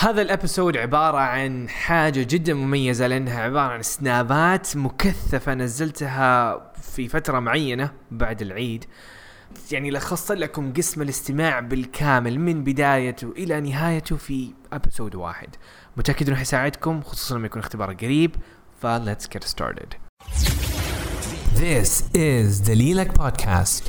هذا الابيسود عبارة عن حاجة جدا مميزة لأنها عبارة عن سنابات مكثفة نزلتها في فترة معينة بعد العيد. يعني لخصت لكم قسم الاستماع بالكامل من بدايته إلى نهايته في ابيسود واحد. متأكد أنه حيساعدكم خصوصا لما يكون اختبار قريب. Let's get started. This is دليلك بودكاست.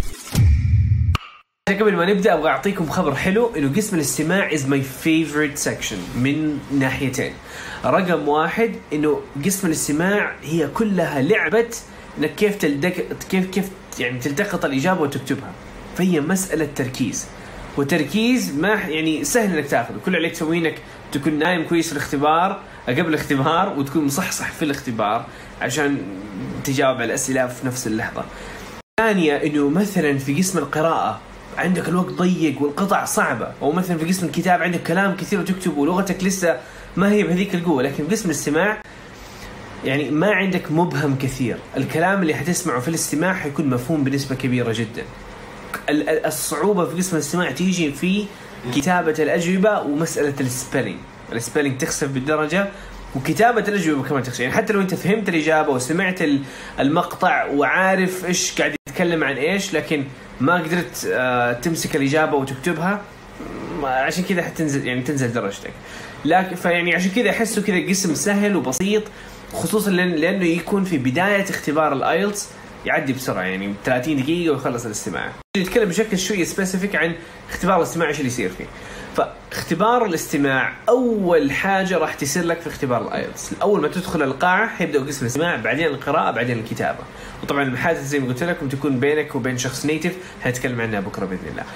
قبل ما نبدأ أبغى أعطيكم خبر حلو إنه قسم الاستماع is my favorite section من ناحيتين. رقم واحد إنه قسم الاستماع هي كلها لعبة إنك كيف يعني تلتقط الإجابة وتكتبها. فهي مسألة تركيز وتركيز ما يعني سهل إنك تأخذه. كل عليك تسويه إنك تكون نايم كويس في الاختبار قبل الاختبار وتكون مصحصح في الاختبار عشان تجاوب على الأسئلة في نفس اللحظة. ثانية إنه مثلا في قسم القراءة عندك الوقت ضيق والقطع صعبة، أو مثلا في قسم الكتاب عندك كلام كثير وتكتب ولغتك لسه ما هي بهذيك القوة. لكن قسم الاستماع يعني ما عندك مبهم كثير، الكلام اللي حتسمعه في الاستماع حيكون مفهوم بنسبة كبيرة جدا. الصعوبة في قسم الاستماع تيجي في كتابة الأجوبة ومسألة السبيلينج تخسف بالدرجة، وكتابة الأجوبة كمان تخسف. يعني حتى لو أنت فهمت الإجابة وسمعت المقطع وعارف إيش قاعد يتكلم عن إيش، لكن ما قدرت تمسك الإجابة وتكتبها، عشان كذا حتنزل يعني تنزل درجتك. لكن فيعني عشان كذا أحسه كذا قسم سهل وبسيط، خصوصا لأنه يكون في بداية اختبار الآيلتس يعدي بسرعة، يعني 30 دقيقة ويخلص الاستماع. نتكلم بشكل شوي سبيسيفيك عن اختبار الاستماع ايش اللي يصير فيه. فاختبار الاستماع أول حاجة راح تصير لك في اختبار الآيلتس، أول ما تدخل القاعة حيبدأ قسم الاستماع، بعدين القراءة، بعدين الكتابة. وطبعا المحادثة زي ما قلت لكم تكون بينك وبين شخص نيتيف هنتكلم عنها بكرة بإذن الله.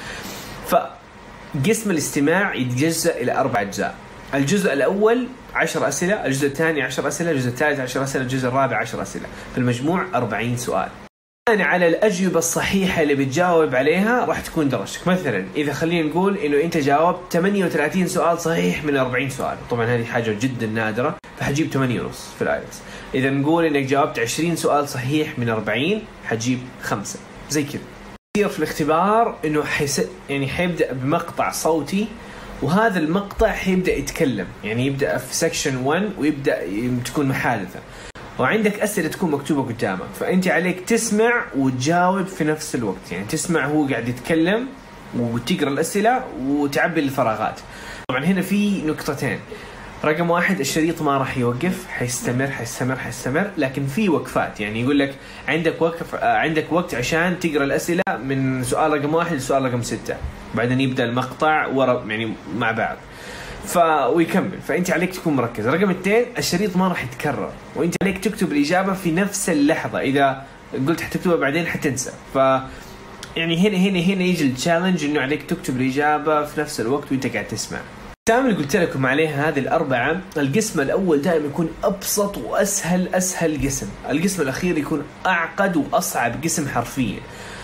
فقسم الاستماع يتجزأ إلى 4 أجزاء. الجزء الأول 10 أسئلة، الجزء الثاني 10 أسئلة، الجزء الثالث 10 أسئلة، الجزء الرابع 10 أسئلة، في المجموع 40 سؤال. يعني على الأجوبة الصحيحة اللي بتجاوب عليها راح تكون درجتك. مثلا إذا خلينا نقول إنه أنت جاوبت 38 سؤال صحيح من 40 سؤال، طبعا هذه حاجة جدا نادرة، فحجيب 8.5 في الآيلتس. إذا نقول إنك جاوبت 20 سؤال صحيح من 40 حجيب 5 زي كذا. يصير في الاختبار إنه يعني حيبدأ بمقطع صوتي، وهذا المقطع حيبدأ يتكلم، يعني يبدأ في سكشن 1 ويبدأ تكون محادثة، وعندك أسئلة تكون مكتوبة قدامك، فأنت عليك تسمع وتجاوب في نفس الوقت. يعني تسمع هو قاعد يتكلم وتقرأ الأسئلة وتعبي الفراغات. طبعا هنا في نقطتين. رقم واحد، الشريط ما راح يوقف، حيستمر، لكن في وقفات. يعني يقول لك عندك وقت عشان تقرأ الأسئلة من سؤال رقم 1 لسؤال رقم 6، بعدين يبدأ المقطع ورا يعني مع بعض ويكمل. فأنت عليك تكون مركز. رقم 2، الشريط ما راح يتكرر، وأنت عليك تكتب الإجابة في نفس اللحظة. إذا قلت حتكتبها بعدين حتنسى. يعني هنا يجي التشالنج إنه عليك تكتب الإجابة في نفس الوقت وأنت قاعد تسمع. اللي قلت لكم عليها هذه الأربعة، القسم الأول دائما يكون أبسط وأسهل قسم. القسم الأخير يكون أعقد وأصعب قسم حرفيا.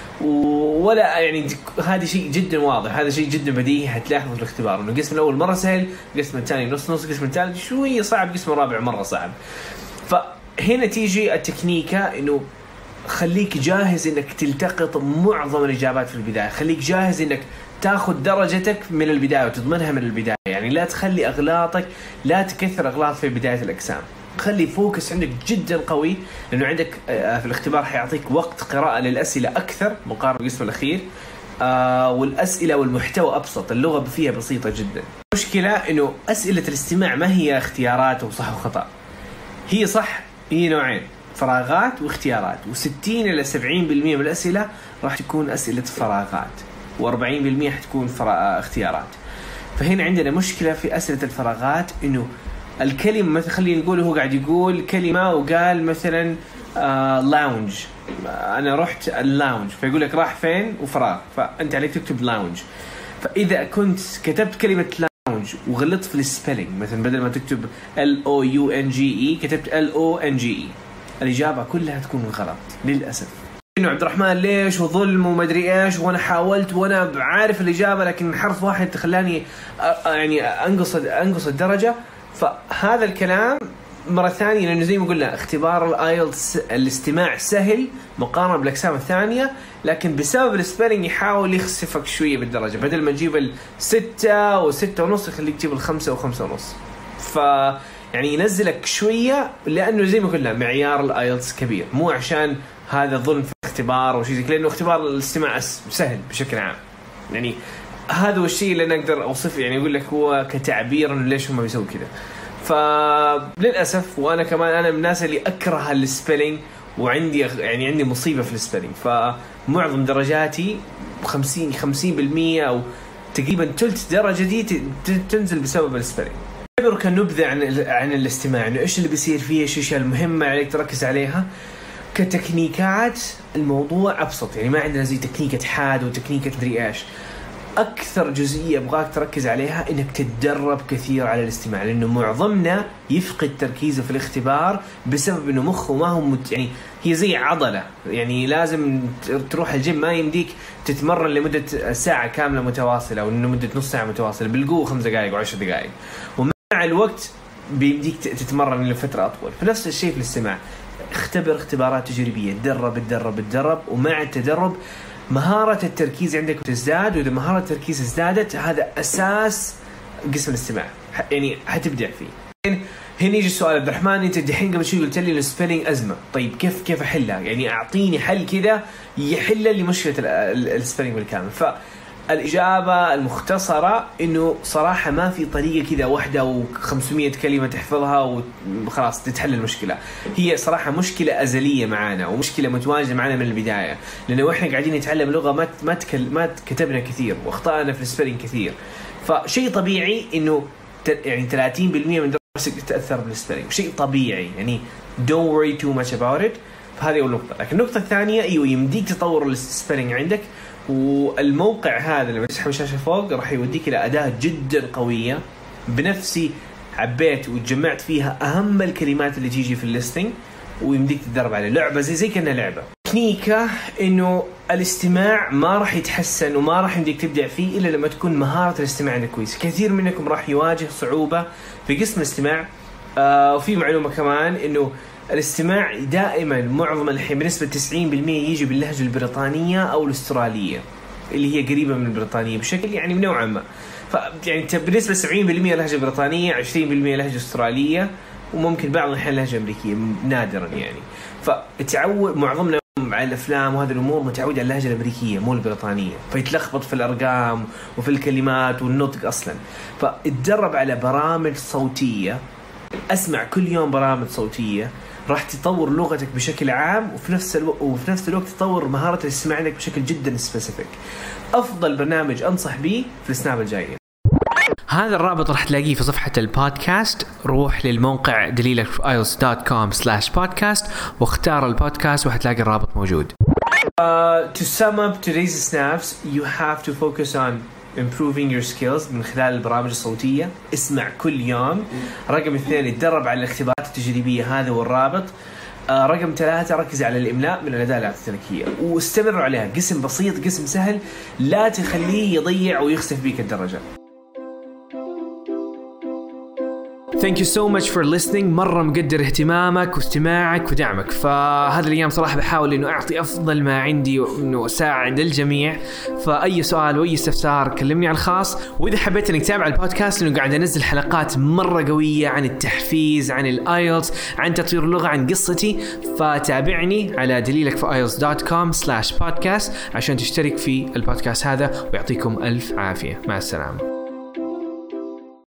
ولا يعني هذا شيء جدا واضح، هذا شيء جدا بديهي هتلاحظه في الاختبار، إنه القسم الأول مرة سهل، القسم الثاني نص، القسم الثالث شوية صعب، القسم الرابع مرة صعب. فهنا تيجي التكنيكة إنه خليك جاهز إنك تلتقط معظم الإجابات في البداية، خليك جاهز إنك تاخذ درجتك من البداية وتضمنها من البداية. يعني لا تخلي أغلاطك، لا تكثر أغلاط في بداية الأقسام، خلي فوكس عندك جدا قوي، لأنه عندك في الاختبار حيعطيك وقت قراءة للأسئلة أكثر مقارنة بالقسم الأخير، والأسئلة والمحتوى أبسط، اللغة فيها بسيطة جدا. المشكلة إنه أسئلة الاستماع ما هي اختيارات وصح وخطأ، هي صح، هي نوعين، فراغات واختيارات. و60 إلى 70% من الأسئلة راح تكون أسئلة فراغات، و40% حتكون اختيارات. فهنا عندنا مشكلة في أسئلة الفراغات، إنه الكلمة مثلا خلينا نقول هو قاعد يقول كلمة وقال مثلا لاونج، أنا رحت اللاونج، فيقول لك راح فين وفراغ، فأنت عليك تكتب لاونج. فإذا كنت كتبت كلمة لاونج وغلطت في السبيلينج، مثلا بدل ما تكتب LOUNGE كتبت LONGE، الإجابة كلها تكون غلط للأسف. إنه عبد الرحمن ليش وظلم ومدري إيش، وأنا حاولت وأنا عارف الإجابة لكن حرف واحد خلاني يعني أنقص الدرجة. فهذا الكلام مرة ثانية لأنه زي ما قلنا اختبار الآيلتس الاستماع سهل مقارنة بالأقسام الثانية، لكن بسبب السبيلنج يحاول يخسفك شوية بالدرجة، بدل ما تجيب 6 و6 ونص يخليك تجيب 5 و5 ونص. يعني ينزلك شوية لأنه زي ما قلنا معيار الآيلتس كبير، مو عشان هذا ظلم في الاختبار وشيء زي كذا، لأنه اختبار الاستماع سهل بشكل عام. يعني هذا هو الشيء اللي نقدر أوصفه، يعني أقول لك هو كتعبير إنه ليش هم بيسووا كذا. فللأسف وأنا كمان أنا من الناس اللي أكره السبيلينج، وعندي يعني عندي مصيبة في السبيلينج، فمعظم درجاتي 50% أو تقريبا ثلث درجة دي تنزل بسبب السبيلينج. نعتبر كنبذة عن الاستماع، إنه إيش اللي بيصير فيه، إيش الأشياء المهمة عليك تركز عليها. كتكنيكات الموضوع أبسط، يعني ما عندنا زي تكنيكة حاد وتكنيكة دري إيش. أكثر جزئية أبغاك تركز عليها إنك تتدرب كثير على الاستماع، لأنه معظمنا يفقد تركيزه في الاختبار بسبب إنه مخه ما هو يعني هي زي عضلة، يعني لازم تروح الجيم، ما يمديك تتمرن لمدة ساعة كاملة متواصلة أو إنه مدة نص ساعة متواصلة، بالقوة 5 دقائق و10 دقائق، ومع الوقت بيمديك تتمرن لفترة أطول. فنفس الشيء في الاستماع، اختبر اختبارات تجريبية، تدرب، ومع التدرب مهارة التركيز عندك تزداد، وإذا مهارة التركيز ازدادت هذا أساس قسم الاستماع، يعني حتبدع فيه. هنا يجي السؤال، عبد الرحمن أنت دحين قبل شوي قلت لي السبيلينج أزمة، طيب كيف أحلها؟ يعني أعطيني حل كذا يحل لمشكلة السبيلينج بالكامل. فالإجابة المختصرة إنه صراحة ما في طريقة كذا واحدة و500 كلمة تحفظها وخلاص تتحل المشكلة. هي صراحة مشكلة أزلية معانا ومشكلة متواجدة معانا من البداية، لأنه إحنا قاعدين نتعلم لغة ما كتبنا كثير وأخطأنا في السبيلينج كثير، فشيء طبيعي إنه يعني 30% من دراسك تتأثر بالسبيلينج، شيء طبيعي، يعني don't worry too much about it. فهذه أول نقطة. لكن النقطة الثانية يمديك تطور السبيلينج عندك، والموقع هذا اللي بتسحب الشاشة فوق راح يوديك إلى أداة جدا قوية بنفسي حبيت وتجمعت فيها أهم الكلمات اللي تيجي في الليستنج، ويمديك تدرب على لعبة زي كأنها لعبة. تكنيكة إنه الاستماع ما راح يتحسن وما راح يمديك تبدع فيه إلا لما تكون مهارة الاستماع عندك كويس. كثير منكم راح يواجه صعوبة في قسم الاستماع. وفي معلومة كمان إنه الاستماع دائما معظم الحين بنسبة 90% يجي باللهجة البريطانية أو الأسترالية اللي هي قريبة من البريطانية بشكل يعني نوعا ما. يعني بنسبة 70% لهجة بريطانية، 20% لهجة أسترالية، وممكن بعض الأحيان لهجة أمريكية نادرا يعني. فتعود معظمنا على الأفلام وهذه الأمور متعود على اللهجة الأمريكية مو البريطانية، فيتلخبط في الأرقام وفي الكلمات والنطق أصلا. فاتدرب على برامج صوتية، أسمع كل يوم برامج صوتية، راح تطور لغتك بشكل عام، وفي نفس الوقت تطور مهارة الاستماع عندك بشكل جدا سبيسيفيك. أفضل برنامج أنصح به في السناب الجاية. هذا الرابط راح تلاقيه في صفحة البودكاست. روح للموقع dalilakielts.com/podcast واختار البودكاست وحتلاقي الرابط موجود. To sum up today's snaps, you have to focus on improving your skills من خلال البرامج الصوتية. اسمع كل يوم. رقم 2 اتدرب على الاختبارات التجريبية، هذا والرابط. رقم 3 ركز على الإملاء من الأداة الإلكترونيكية واستمروا عليها. قسم بسيط، قسم سهل، لا تخليه يضيع ويخسف بيك الدرجة. Thank you so much for listening. مرة مقدر اهتمامك واستماعك ودعمك. فهذه الأيام صراحة بحاول إنه أعطي أفضل ما عندي وإنه أساعد الجميع. فأي سؤال وأي استفسار كلمني على الخاص. وإذا حبيت إنك تتابع البودكاست لأنه قاعد أنزل حلقات مرة قوية عن التحفيز، عن الآيلتس، عن تطوير اللغة، عن قصتي، فتابعني على dalilakielts.com/podcast عشان تشترك في البودكاست هذا. ويعطيكم ألف عافية. مع السلامة.